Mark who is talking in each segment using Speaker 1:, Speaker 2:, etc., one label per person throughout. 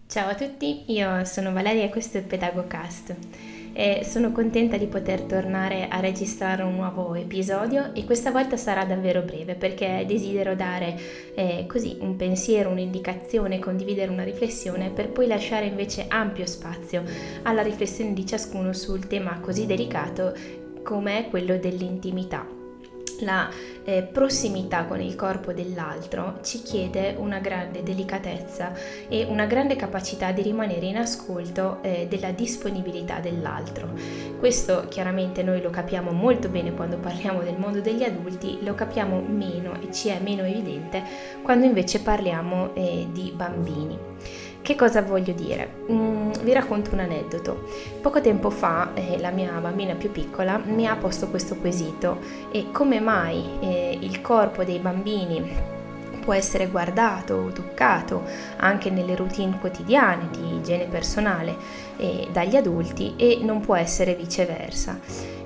Speaker 1: Ciao a tutti, io sono Valeria e questo è Pedagogcast e sono contenta di poter tornare a registrare un nuovo episodio e questa volta sarà davvero breve perché desidero dare così un pensiero, un'indicazione, condividere una riflessione per poi lasciare invece ampio spazio alla riflessione di ciascuno sul tema così delicato come è quello dell'intimità. La prossimità con il corpo dell'altro ci chiede una grande delicatezza e una grande capacità di rimanere in ascolto della disponibilità dell'altro. Questo chiaramente noi lo capiamo molto bene quando parliamo del mondo degli adulti, lo capiamo meno e ci è meno evidente quando invece parliamo di bambini. Che cosa voglio dire? Vi racconto un aneddoto. Poco tempo fa la mia bambina più piccola mi ha posto questo quesito: e come mai il corpo dei bambini può essere guardato o toccato anche nelle routine quotidiane di igiene personale dagli adulti e non può essere viceversa?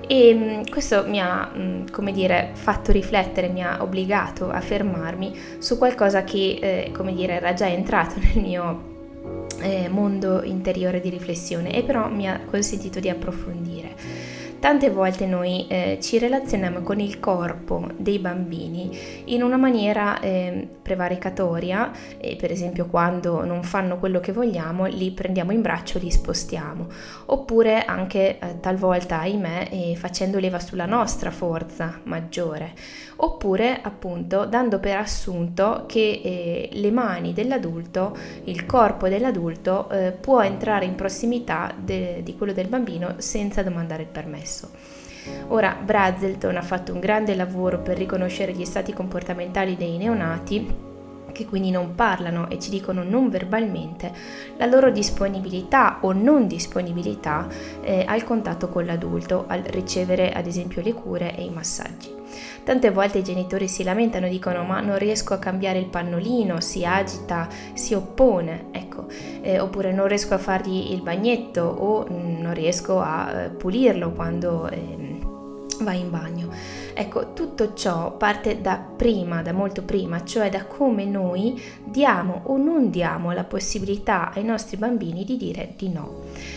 Speaker 1: E questo mi ha, fatto riflettere, mi ha obbligato a fermarmi su qualcosa che, era già entrato nel mio mondo interiore di riflessione e però mi ha consentito di approfondire. Tante volte noi ci relazioniamo con il corpo dei bambini in una maniera prevaricatoria, per esempio quando non fanno quello che vogliamo li prendiamo in braccio e li spostiamo, oppure anche talvolta, ahimè, facendo leva sulla nostra forza maggiore, oppure appunto dando per assunto che le mani dell'adulto, il corpo dell'adulto può entrare in prossimità di quello del bambino senza domandare il permesso. Ora, Brazelton ha fatto un grande lavoro per riconoscere gli stati comportamentali dei neonati che quindi non parlano e ci dicono non verbalmente la loro disponibilità o non disponibilità al contatto con l'adulto, al ricevere ad esempio le cure e i massaggi. Tante volte i genitori si lamentano, dicono ma non riesco a cambiare il pannolino, si agita, si oppone, oppure non riesco a fargli il bagnetto o non riesco a pulirlo quando va in bagno. Tutto ciò parte da molto prima, cioè da come noi diamo o non diamo la possibilità ai nostri bambini di dire di no.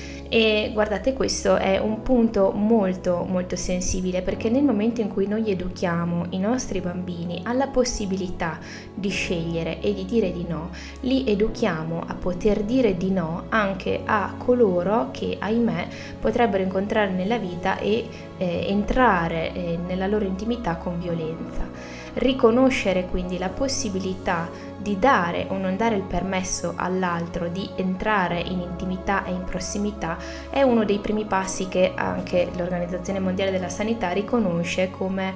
Speaker 1: E guardate, questo è un punto molto molto sensibile, perché nel momento in cui noi educhiamo i nostri bambini alla possibilità di scegliere e di dire di no, li educhiamo a poter dire di no anche a coloro che, ahimè, potrebbero incontrare nella vita e entrare nella loro intimità con violenza. Riconoscere quindi la possibilità di dare o non dare il permesso all'altro di entrare in intimità e in prossimità è uno dei primi passi che anche l'Organizzazione Mondiale della Sanità riconosce come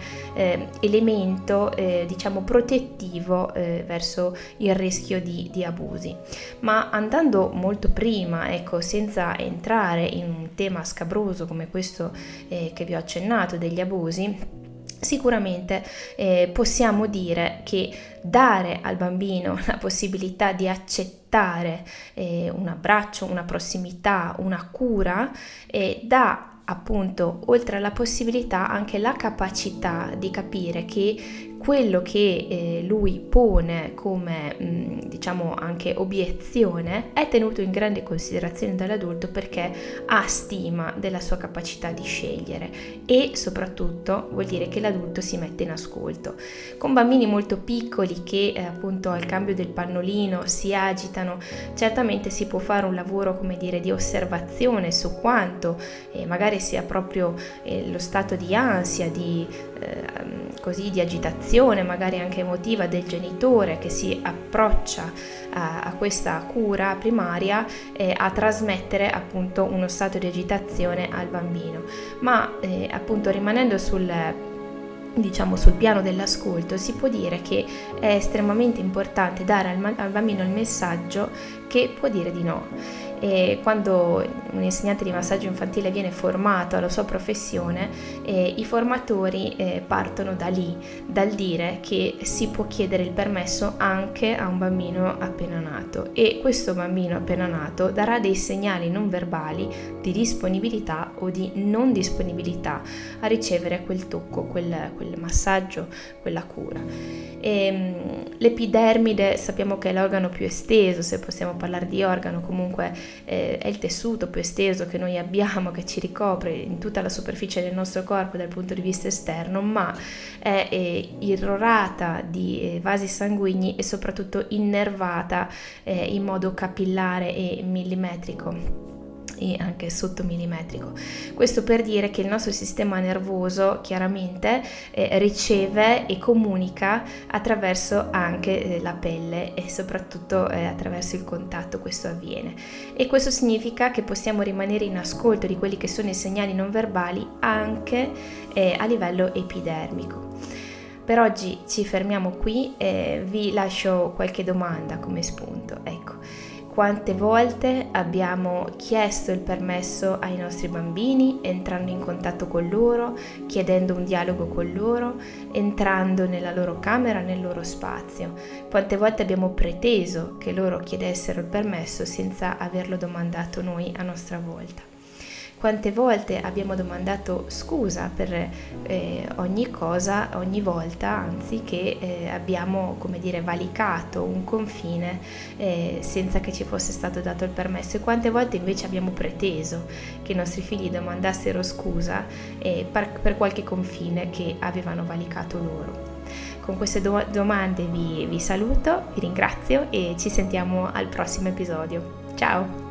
Speaker 1: elemento protettivo verso il rischio di abusi. Ma andando molto prima, senza entrare in un tema scabroso come questo che vi ho accennato degli abusi, sicuramente possiamo dire che dare al bambino la possibilità di accettare un abbraccio, una prossimità, una cura, dà appunto, oltre alla possibilità, anche la capacità di capire che quello che lui pone come anche obiezione è tenuto in grande considerazione dall'adulto, perché ha stima della sua capacità di scegliere e soprattutto vuol dire che l'adulto si mette in ascolto. Con bambini molto piccoli che appunto al cambio del pannolino si agitano, certamente si può fare un lavoro di osservazione su quanto magari sia proprio lo stato di ansia, di agitazione, magari anche emotiva del genitore che si approccia a questa cura primaria a trasmettere appunto uno stato di agitazione al bambino. Ma appunto rimanendo sul piano dell'ascolto, si può dire che è estremamente importante dare al bambino il messaggio che può dire di no. E quando un insegnante di massaggio infantile viene formato alla sua professione, i formatori partono da lì, dal dire che si può chiedere il permesso anche a un bambino appena nato, e questo bambino appena nato darà dei segnali non verbali di disponibilità o di non disponibilità a ricevere quel tocco, quel massaggio, quella cura. L'epidermide sappiamo che è l'organo più esteso, se possiamo parlare di organo, comunque è il tessuto più esteso che noi abbiamo, che ci ricopre in tutta la superficie del nostro corpo dal punto di vista esterno, ma è irrorata di vasi sanguigni e soprattutto innervata in modo capillare e millimetrico e anche sottomillimetrico. Questo per dire che il nostro sistema nervoso chiaramente riceve e comunica attraverso anche la pelle e soprattutto attraverso il contatto questo avviene, e questo significa che possiamo rimanere in ascolto di quelli che sono i segnali non verbali anche a livello epidermico. Per oggi ci fermiamo qui e vi lascio qualche domanda come spunto. Ecco, quante volte abbiamo chiesto il permesso ai nostri bambini, entrando in contatto con loro, chiedendo un dialogo con loro, entrando nella loro camera, nel loro spazio? Quante volte abbiamo preteso che loro chiedessero il permesso senza averlo domandato noi a nostra volta? Quante volte abbiamo domandato scusa per ogni cosa, ogni volta, anzi, che abbiamo, come dire, valicato un confine senza che ci fosse stato dato il permesso, e quante volte invece abbiamo preteso che i nostri figli domandassero scusa per qualche confine che avevano valicato loro. Con queste domande vi saluto, vi ringrazio e ci sentiamo al prossimo episodio. Ciao!